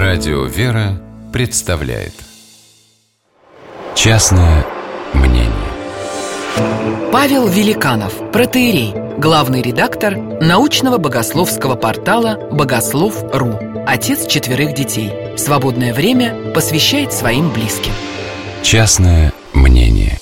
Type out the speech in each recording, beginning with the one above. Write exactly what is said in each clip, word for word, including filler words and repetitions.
Радио «Вера» представляет «Частное мнение». Павел Великанов, протоиерей, главный редактор научного богословского портала «Богослов точка ру», отец четверых детей. В свободное время посвящает своим близким. Частное мнение.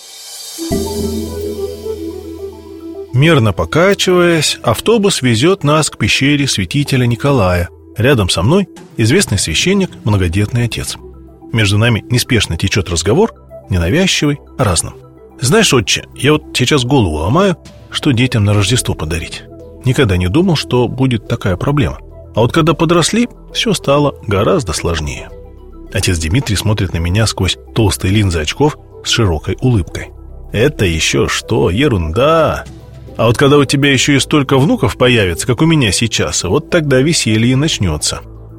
Мерно покачиваясь, автобус везет нас к пещере святителя Николая. Рядом со мной известный священник, многодетный отец. Между нами неспешно течет разговор, ненавязчивый, о разном. Знаешь, отче, я вот сейчас голову ломаю, что детям на Рождество подарить. Никогда не думал, что будет такая проблема. А вот когда подросли, все стало гораздо сложнее. Отец Дмитрий смотрит на меня сквозь толстые линзы очков с широкой улыбкой. Это еще что? Ерунда! А вот когда у тебя еще и столько внуков появится, как у меня сейчас, вот тогда веселье и начнется.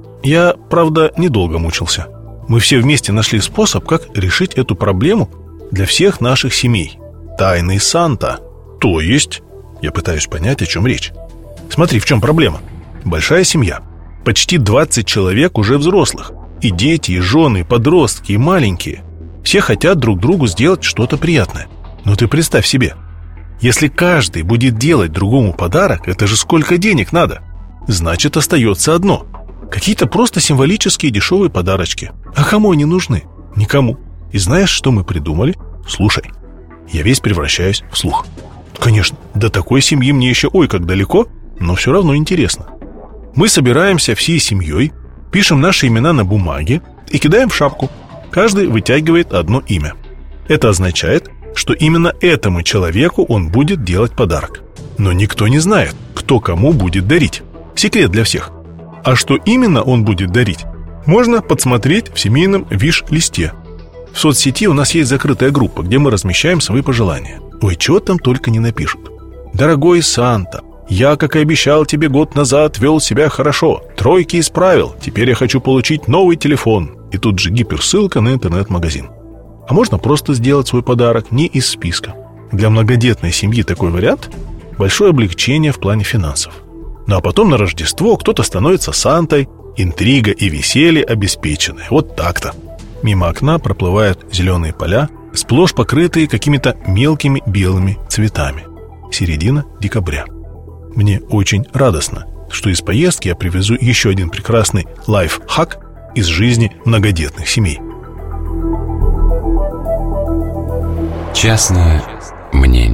Я, правда, недолго мучился. Мы все вместе нашли способ, как решить эту проблему для всех наших семей. Тайный Санта. То есть? Я пытаюсь понять, о чем речь. Смотри, в чем проблема. Большая семья. Почти двадцать человек уже взрослых. И дети, и жены, и подростки, и маленькие. Все хотят друг другу сделать что-то приятное. Но ты представь себе, если каждый будет делать другому подарок, это же сколько денег надо. Значит, остается одно. Какие-то просто символические дешевые подарочки. А кому они нужны? Никому. И знаешь, что мы придумали? Слушай, я весь превращаюсь в слух. Конечно, до такой семьи мне еще ой как далеко, но все равно интересно. Мы собираемся всей семьей, пишем наши имена на бумаге и кидаем в шапку. Каждый вытягивает одно имя. Это означает, что именно этому человеку он будет делать подарок. Но никто не знает, кто кому будет дарить. Секрет для всех. А что именно он будет дарить, можно подсмотреть в семейном виш-листе. В соцсети у нас есть закрытая группа, где мы размещаем свои пожелания. Ой, чего там только не напишут. Дорогой Санта, я, как и обещал тебе год назад, вел себя хорошо. Тройки исправил. Теперь я хочу получить новый телефон. И тут же гиперссылка на интернет-магазин. А можно просто сделать свой подарок не из списка. Для многодетной семьи такой вариант – большое облегчение в плане финансов. Ну а потом на Рождество кто-то становится Сантой, интрига и веселье обеспечены. Вот так-то. Мимо окна проплывают зеленые поля, сплошь покрытые какими-то мелкими белыми цветами. Середина декабря. Мне очень радостно, что из поездки я привезу еще один прекрасный лайфхак из жизни многодетных семей. Частное мнение.